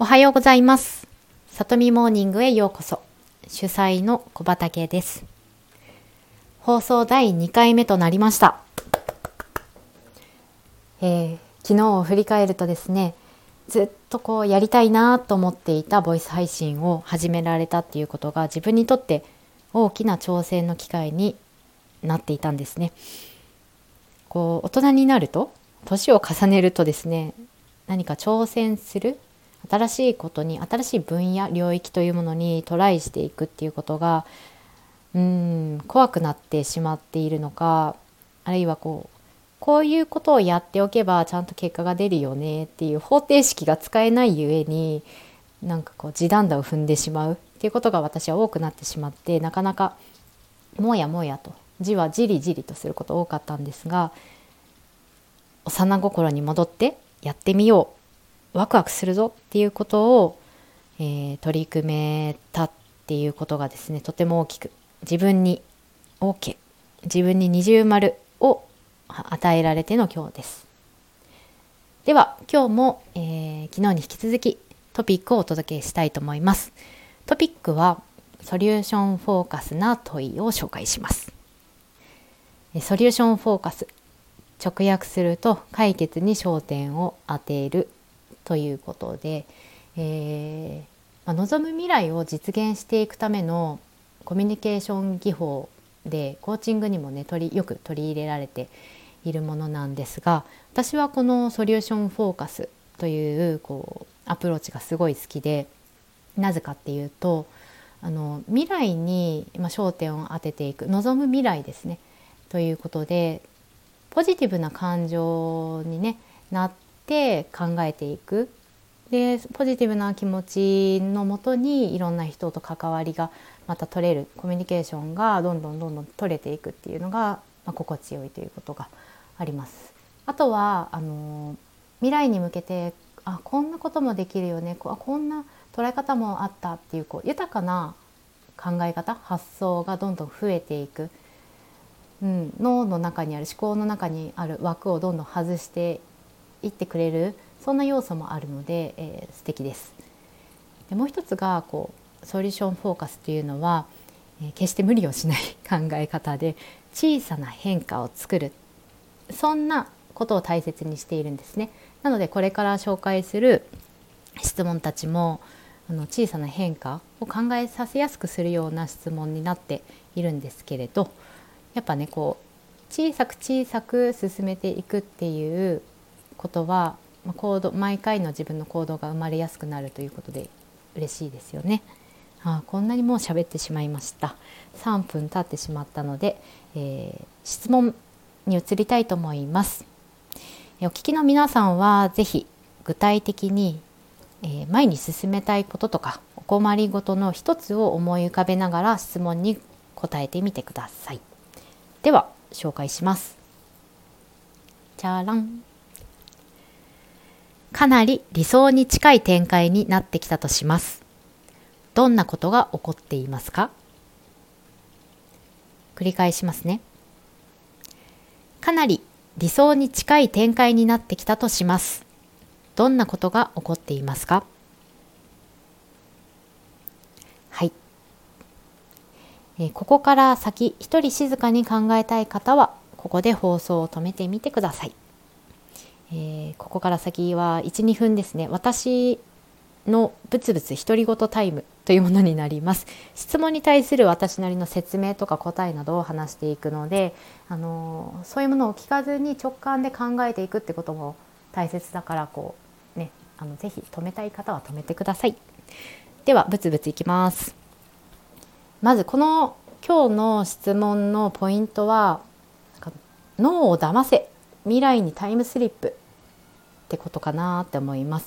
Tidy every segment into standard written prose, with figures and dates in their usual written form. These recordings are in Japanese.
おはようございます。さとみモーニングへようこそ。主催の小畑です。放送第2回目となりました。昨日を振り返るとですね、ずっとやりたいなと思っていたボイス配信を始められたっていうことが自分にとって大きな挑戦の機会になっていたんですね。大人になると、年を重ねるとですね、何か挑戦する新しいことに、新しい分野領域というものにトライしていくっていうことが怖くなってしまっているのか、あるいはこういうことをやっておけばちゃんと結果が出るよねっていう方程式が使えないゆえに、地団打を踏んでしまうっていうことが私は多くなってしまって、なかなかもやもやとじわじりじりとすること多かったんですが、幼心に戻ってやってみよう、ワクワクするぞっていうことを、取り組めたっていうことがですね、とても大きく自分に OK、 自分に二重丸を与えられての今日です。では今日も、昨日に引き続きトピックをお届けしたいと思います。トピックはソリューションフォーカスな問いを紹介します。ソリューションフォーカス、直訳すると解決に焦点を当てるということで、望む未来を実現していくためのコミュニケーション技法で、コーチングにもねよく取り入れられているものなんですが、私はこのソリューションフォーカスというアプローチがすごい好きで、なぜかっていうと、未来に焦点を当てていく、望む未来ですねということで、ポジティブな感情に、なって考えていく。でポジティブな気持ちのもとにいろんな人と関わりがまた取れる、コミュニケーションがどんどん取れていくっていうのが、心地よいということがあります。あとは未来に向けてこんなこともできるよね、こんな捉え方もあったっていう、豊かな考え方、発想がどんどん増えていく、脳の中にある、思考の中にある枠をどんどん外していってくれる、そんな要素もあるので、素敵です。でもう一つがソリューションフォーカスというのは、決して無理をしない考え方で、小さな変化を作る、そんなことを大切にしているんですね。なのでこれから紹介する質問たちも小さな変化を考えさせやすくするような質問になっているんですけれど、やっぱね小さく小さく進めていくっていうことは、毎回の自分の行動が生まれやすくなるということで嬉しいですよね。こんなにもう喋ってしまいました。3分経ってしまったので、質問に移りたいと思います。お聞きの皆さんはぜひ具体的に、前に進めたいこととかお困りごとの一つを思い浮かべながら質問に答えてみてください。では紹介します。じゃらん。かなり理想に近い展開になってきたとします。どんなことが起こっていますか？繰り返しますね。かなり理想に近い展開になってきたとします。どんなことが起こっていますか？はい。ここから先、一人静かに考えたい方は、ここで放送を止めてみてください。ここから先は 1,2 分ですね。私のブツブツ独り言タイムというものになります。質問に対する私なりの説明とか答えなどを話していくので、そういうものを聞かずに直感で考えていくってことも大切だから、ぜひ止めたい方は止めてください。ではブツブツいきます。まず今日の質問のポイントは、脳を騙せ、未来にタイムスリップってことかなって思います。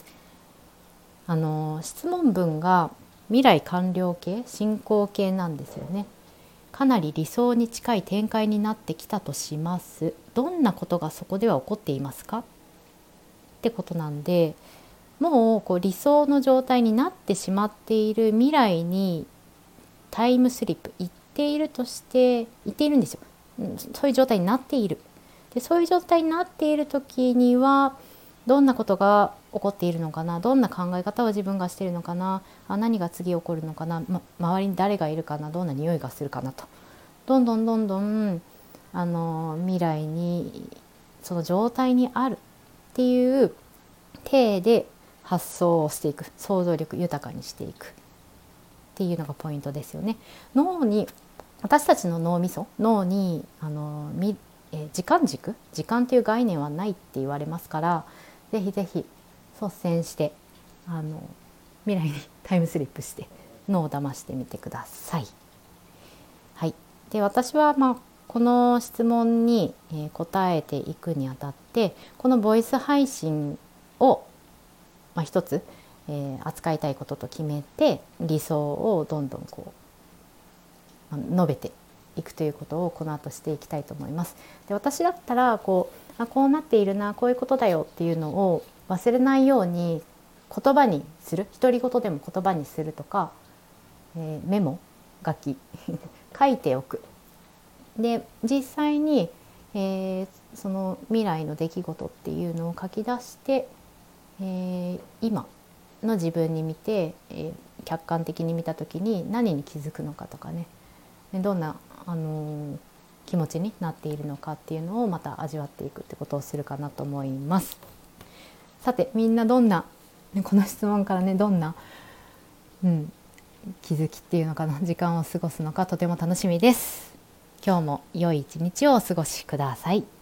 質問文が未来完了形、進行形なんですよね。かなり理想に近い展開になってきたとします。どんなことがそこでは起こっていますかってことなんで、もう理想の状態になってしまっている未来にタイムスリップ、言っているんですよ。そういう状態になっている。でそういう状態になっている時にはどんなことが起こっているのかな、どんな考え方を自分がしているのかな、何が次起こるのかな、周りに誰がいるかな、どんな匂いがするかなと、どんどんどんどん未来にその状態にあるっていう体で発想をしていく、想像力豊かにしていくっていうのがポイントですよね。私たちの脳に時間軸、時間という概念はないって言われますから、ぜひぜひ率先して未来にタイムスリップして脳を騙してみてください。はい、で私はこの質問に答えていくにあたって、このボイス配信を一つ扱いたいことと決めて、理想をどんどん述べていくということをこの後していきたいと思います。で私だったらこうなっているな、こういうことだよっていうのを忘れないように言葉にする、独り言でも言葉にするとか、メモ書き書いておく。で実際に、その未来の出来事っていうのを書き出して、今の自分に見て、客観的に見た時に何に気づくのかとかね、どんな、気持ちになっているのかっていうのをまた味わっていくってことをするかなと思います。さてみんなどんな、この質問からね、どんな、気づきっていうのかな、時間を過ごすのかとても楽しみです。今日も良い一日をお過ごしください。